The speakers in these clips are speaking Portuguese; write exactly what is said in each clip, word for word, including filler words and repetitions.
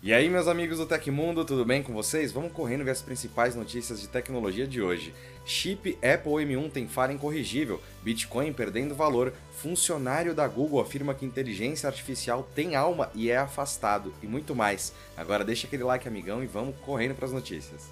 E aí, meus amigos do Tecmundo, tudo bem com vocês? Vamos correndo ver as principais notícias de tecnologia de hoje. Chip Apple M um tem falha incorrigível, Bitcoin perdendo valor, funcionário da Google afirma que inteligência artificial tem alma e é afastado, e muito mais. Agora deixa aquele like, amigão, e vamos correndo para as notícias.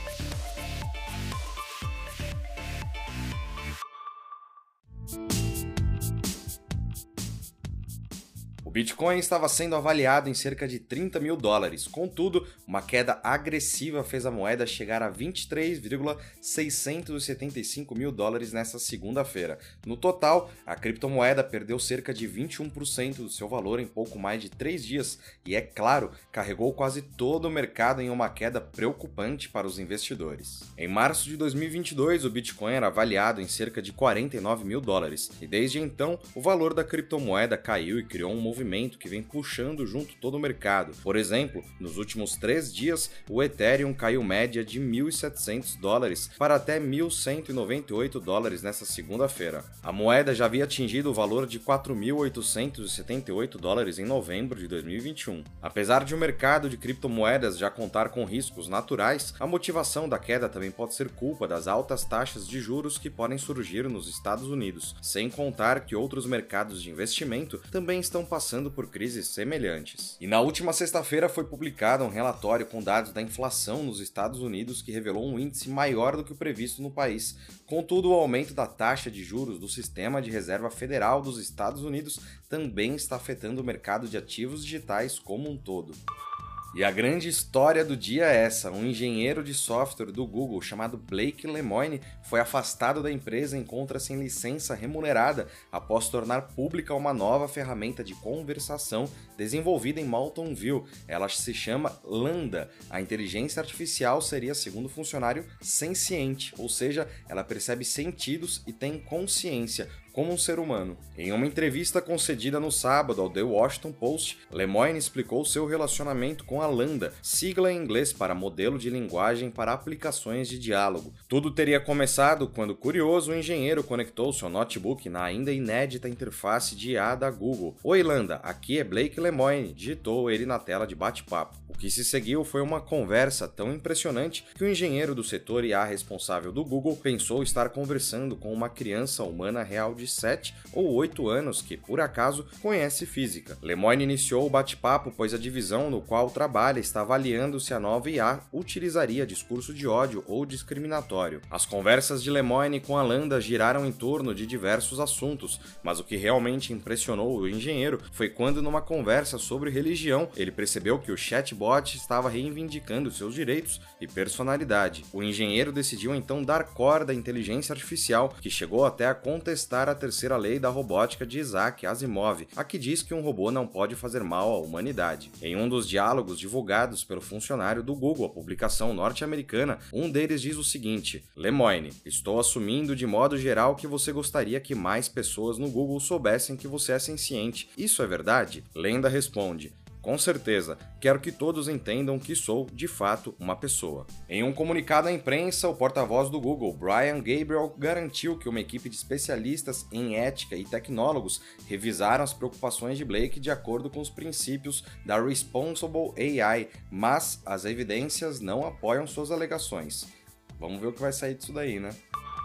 O Bitcoin estava sendo avaliado em cerca de trinta mil dólares, contudo, uma queda agressiva fez a moeda chegar a vinte e três milhões seiscentos e setenta e cinco mil dólares nesta segunda-feira. No total, a criptomoeda perdeu cerca de vinte e um por cento do seu valor em pouco mais de três dias e, é claro, carregou quase todo o mercado em uma queda preocupante para os investidores. Em março de dois mil e vinte e dois, o Bitcoin era avaliado em cerca de quarenta e nove mil dólares e desde então o valor da criptomoeda caiu e criou um movimento que vem puxando junto todo o mercado. Por exemplo, nos últimos três dias, o Ethereum caiu média de mil e setecentos dólares para até mil cento e noventa e oito dólares nesta segunda-feira. A moeda já havia atingido o valor de quatro mil oitocentos e setenta e oito dólares em novembro de dois mil e vinte e um. Apesar de o mercado de criptomoedas já contar com riscos naturais, a motivação da queda também pode ser culpa das altas taxas de juros que podem surgir nos Estados Unidos, sem contar que outros mercados de investimento também estão passando passando por crises semelhantes. E na última sexta-feira foi publicado um relatório com dados da inflação nos Estados Unidos que revelou um índice maior do que o previsto no país. Contudo, o aumento da taxa de juros do Sistema de Reserva Federal dos Estados Unidos também está afetando o mercado de ativos digitais como um todo. E a grande história do dia é essa: um engenheiro de software do Google chamado Blake Lemoine foi afastado da empresa e encontra-se em licença remunerada após tornar pública uma nova ferramenta de conversação desenvolvida em Mountain View. Ela se chama Landa. A inteligência artificial seria, segundo o funcionário, senciente, ou seja, ela percebe sentidos e tem consciência, como um ser humano. Em uma entrevista concedida no sábado ao The Washington Post, Lemoine explicou seu relacionamento com a Landa, sigla em inglês para modelo de linguagem para aplicações de diálogo. Tudo teria começado quando, curioso, o engenheiro conectou seu notebook na ainda inédita interface de I A da Google. "Oi, Landa, aqui é Blake Lemoine", digitou ele na tela de bate-papo. O que se seguiu foi uma conversa tão impressionante que o engenheiro do setor I A responsável do Google pensou estar conversando com uma criança humana real de de sete ou oito anos que, por acaso, conhece física. Lemoine iniciou o bate-papo pois a divisão no qual trabalha está avaliando se a nova I A utilizaria discurso de ódio ou discriminatório. As conversas de Lemoine com a Landa giraram em torno de diversos assuntos, mas o que realmente impressionou o engenheiro foi quando, numa conversa sobre religião, ele percebeu que o chatbot estava reivindicando seus direitos e personalidade. O engenheiro decidiu então dar corda à inteligência artificial, que chegou até a contestar a terceira lei da robótica de Isaac Asimov, a que diz que um robô não pode fazer mal à humanidade. Em um dos diálogos divulgados pelo funcionário do Google, a publicação norte-americana, um deles diz o seguinte: "Lemoine, estou assumindo de modo geral que você gostaria que mais pessoas no Google soubessem que você é senciente. Isso é verdade?" Lenda responde: "Com certeza, quero que todos entendam que sou, de fato, uma pessoa." Em um comunicado à imprensa, o porta-voz do Google, Brian Gabriel, garantiu que uma equipe de especialistas em ética e tecnólogos revisaram as preocupações de Blake de acordo com os princípios da Responsible A I, mas as evidências não apoiam suas alegações. Vamos ver o que vai sair disso daí, né?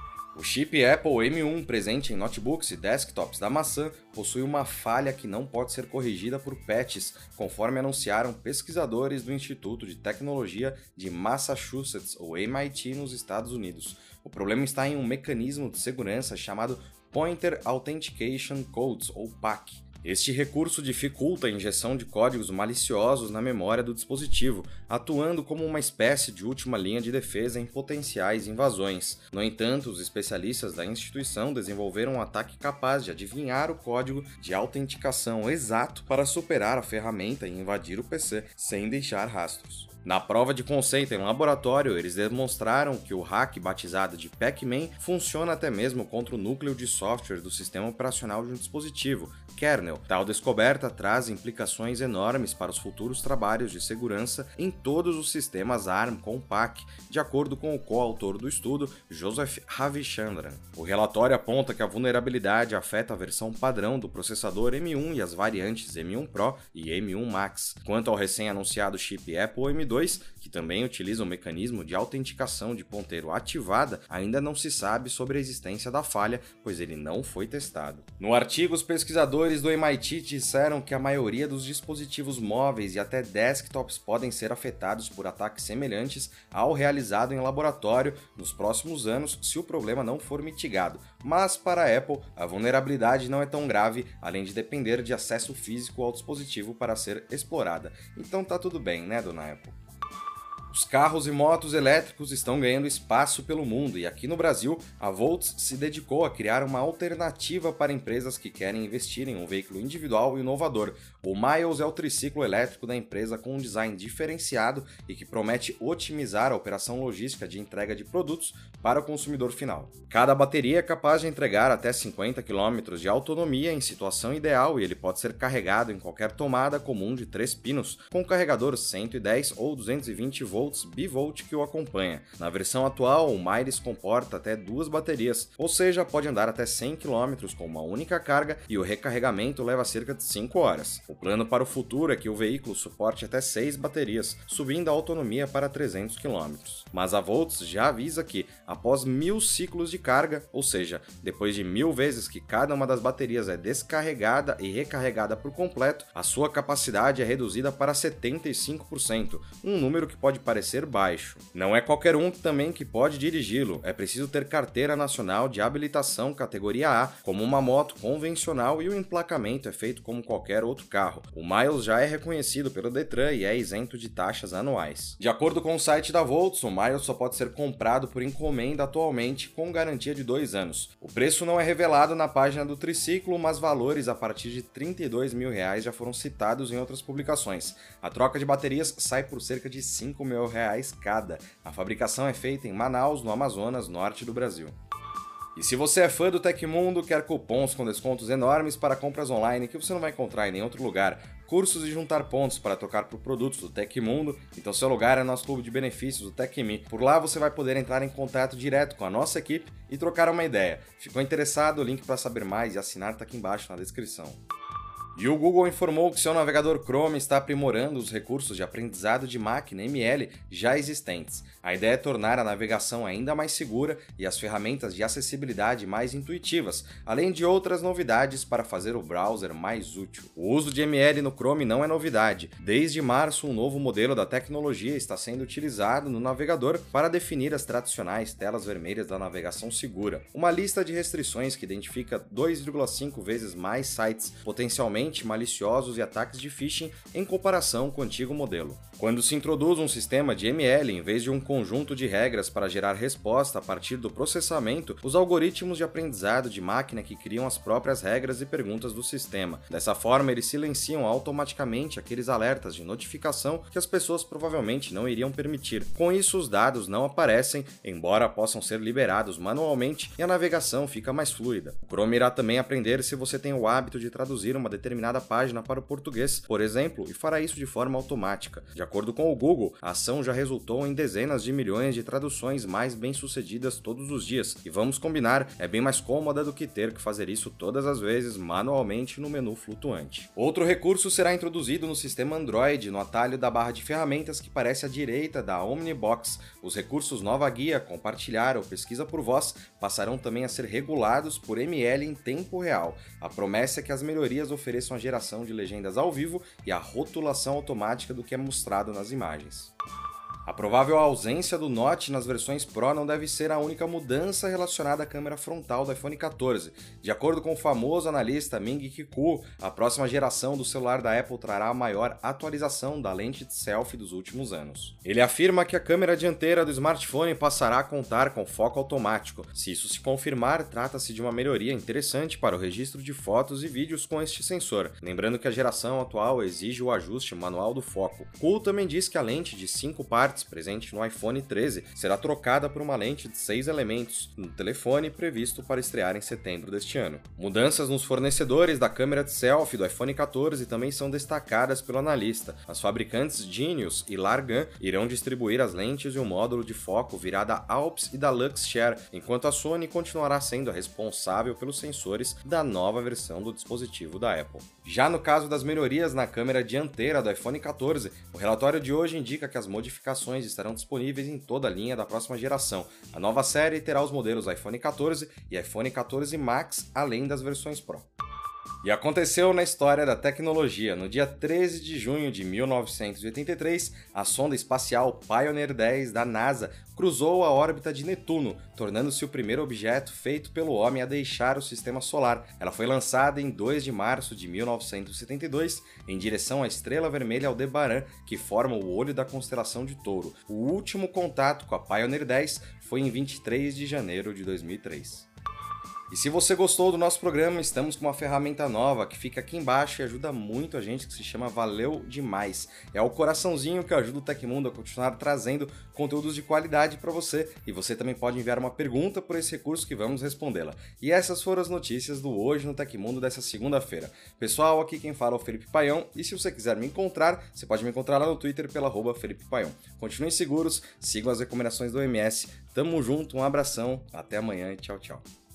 O chip Apple M um presente em notebooks e desktops da maçã possui uma falha que não pode ser corrigida por patches, conforme anunciaram pesquisadores do Instituto de Tecnologia de Massachusetts, ou M I T, nos Estados Unidos. O problema está em um mecanismo de segurança chamado Pointer Authentication Codes, ou P A C. Este recurso dificulta a injeção de códigos maliciosos na memória do dispositivo, atuando como uma espécie de última linha de defesa em potenciais invasões. No entanto, os especialistas da instituição desenvolveram um ataque capaz de adivinhar o código de autenticação exato para superar a ferramenta e invadir o P C sem deixar rastros. Na prova de conceito em laboratório, eles demonstraram que o hack batizado de Pac-Man funciona até mesmo contra o núcleo de software do sistema operacional de um dispositivo, kernel. Tal descoberta traz implicações enormes para os futuros trabalhos de segurança em todos os sistemas ARM com P A C, de acordo com o coautor do estudo, Joseph Ravichandran. O relatório aponta que a vulnerabilidade afeta a versão padrão do processador M um e as variantes M um Pro e M um Max. Quanto ao recém-anunciado chip Apple M dois, que também utiliza um mecanismo de autenticação de ponteiro ativada, ainda não se sabe sobre a existência da falha, pois ele não foi testado. No artigo, os pesquisadores do M I T disseram que a maioria dos dispositivos móveis e até desktops podem ser afetados por ataques semelhantes ao realizado em laboratório nos próximos anos se o problema não for mitigado. Mas, para a Apple, a vulnerabilidade não é tão grave, além de depender de acesso físico ao dispositivo para ser explorada. Então tá tudo bem, né, dona Apple? Os carros e motos elétricos estão ganhando espaço pelo mundo e aqui no Brasil, a Volts se dedicou a criar uma alternativa para empresas que querem investir em um veículo individual e inovador. O Miles é o triciclo elétrico da empresa com um design diferenciado e que promete otimizar a operação logística de entrega de produtos para o consumidor final. Cada bateria é capaz de entregar até cinquenta quilômetros de autonomia em situação ideal e ele pode ser carregado em qualquer tomada comum de três pinos, com carregador cento e dez ou duzentos e vinte volts bivolt que o acompanha. Na versão atual, o Miles comporta até duas baterias, ou seja, pode andar até cem quilômetros com uma única carga e o recarregamento leva cerca de cinco horas. O plano para o futuro é que o veículo suporte até seis baterias, subindo a autonomia para trezentos quilômetros. Mas a Volts já avisa que, após mil ciclos de carga, ou seja, depois de mil vezes que cada uma das baterias é descarregada e recarregada por completo, a sua capacidade é reduzida para setenta e cinco por cento, um número que pode parecer baixo. Não é qualquer um também que pode dirigi-lo, é preciso ter carteira nacional de habilitação categoria A, como uma moto convencional, e o emplacamento é feito como qualquer outro carro. O Miles já é reconhecido pelo Detran e é isento de taxas anuais. De acordo com o site da Volts, o Miles só pode ser comprado por encomenda atualmente, com garantia de dois anos. O preço não é revelado na página do triciclo, mas valores a partir de trinta e dois mil reais já foram citados em outras publicações. A troca de baterias sai por cerca de cinco mil reais cada. A fabricação é feita em Manaus, no Amazonas, norte do Brasil. E se você é fã do Tecmundo, quer cupons com descontos enormes para compras online que você não vai encontrar em nenhum outro lugar, cursos e juntar pontos para trocar por produtos do Tecmundo, então seu lugar é nosso clube de benefícios, o TecMe. Por lá você vai poder entrar em contato direto com a nossa equipe e trocar uma ideia. Ficou interessado? O link para saber mais e assinar está aqui embaixo na descrição. E o Google informou que seu navegador Chrome está aprimorando os recursos de aprendizado de máquina M L já existentes. A ideia é tornar a navegação ainda mais segura e as ferramentas de acessibilidade mais intuitivas, além de outras novidades para fazer o browser mais útil. O uso de M L no Chrome não é novidade. Desde março, um novo modelo da tecnologia está sendo utilizado no navegador para definir as tradicionais telas vermelhas da navegação segura. Uma lista de restrições que identifica dois vírgula cinco vezes mais sites potencialmente maliciosos e ataques de phishing em comparação com o antigo modelo. Quando se introduz um sistema de M L em vez de um conjunto de regras para gerar resposta a partir do processamento, os algoritmos de aprendizado de máquina que criam as próprias regras e perguntas do sistema. Dessa forma, eles silenciam automaticamente aqueles alertas de notificação que as pessoas provavelmente não iriam permitir. Com isso, os dados não aparecem, embora possam ser liberados manualmente, e a navegação fica mais fluida. O Chrome irá também aprender se você tem o hábito de traduzir uma determinada determinada página para o português, por exemplo, e fará isso de forma automática. De acordo com o Google, a ação já resultou em dezenas de milhões de traduções mais bem-sucedidas todos os dias, e vamos combinar, é bem mais cômoda do que ter que fazer isso todas as vezes manualmente no menu flutuante. Outro recurso será introduzido no sistema Android, no atalho da barra de ferramentas que aparece à direita da Omnibox. Os recursos Nova Guia, Compartilhar ou Pesquisa por Voz passarão também a ser regulados por M L em tempo real. A promessa é que as melhorias ofereçam a geração de legendas ao vivo e a rotulação automática do que é mostrado nas imagens. A provável ausência do notch nas versões Pro não deve ser a única mudança relacionada à câmera frontal do iPhone quatorze. De acordo com o famoso analista Ming-Chi Kuo, a próxima geração do celular da Apple trará a maior atualização da lente de selfie dos últimos anos. Ele afirma que a câmera dianteira do smartphone passará a contar com foco automático. Se isso se confirmar, trata-se de uma melhoria interessante para o registro de fotos e vídeos com este sensor, lembrando que a geração atual exige o ajuste manual do foco. Kuo também diz que a lente de cinco partes presente no iPhone treze será trocada por uma lente de seis elementos no telefone, previsto para estrear em setembro deste ano. Mudanças nos fornecedores da câmera de selfie do iPhone quatorze também são destacadas pelo analista. As fabricantes Genius e Largan irão distribuir as lentes e o módulo de foco virá da Alps e da Luxshare, enquanto a Sony continuará sendo a responsável pelos sensores da nova versão do dispositivo da Apple. Já no caso das melhorias na câmera dianteira do iPhone quatorze, o relatório de hoje indica que as modificações estarão disponíveis em toda a linha da próxima geração. A nova série terá os modelos iPhone quatorze e iPhone quatorze Max, além das versões Pro. E aconteceu na história da tecnologia. No dia treze de junho de mil novecentos e oitenta e três, a sonda espacial Pioneer dez da NASA cruzou a órbita de Netuno, tornando-se o primeiro objeto feito pelo homem a deixar o sistema solar. Ela foi lançada em dois de março de mil novecentos e setenta e dois em direção à estrela vermelha Aldebaran, que forma o olho da constelação de Touro. O último contato com a Pioneer dez foi em vinte e três de janeiro de dois mil e três. E se você gostou do nosso programa, estamos com uma ferramenta nova que fica aqui embaixo e ajuda muito a gente, que se chama Valeu Demais. É o coraçãozinho que ajuda o Tecmundo a continuar trazendo conteúdos de qualidade para você, e você também pode enviar uma pergunta por esse recurso que vamos respondê-la. E essas foram as notícias do Hoje no Tecmundo dessa segunda-feira. Pessoal, aqui quem fala é o Felipe Paião, e se você quiser me encontrar, você pode me encontrar lá no Twitter pela arroba Felipe Paião. Continuem seguros, sigam as recomendações do O M S, tamo junto, um abração, até amanhã e tchau, tchau.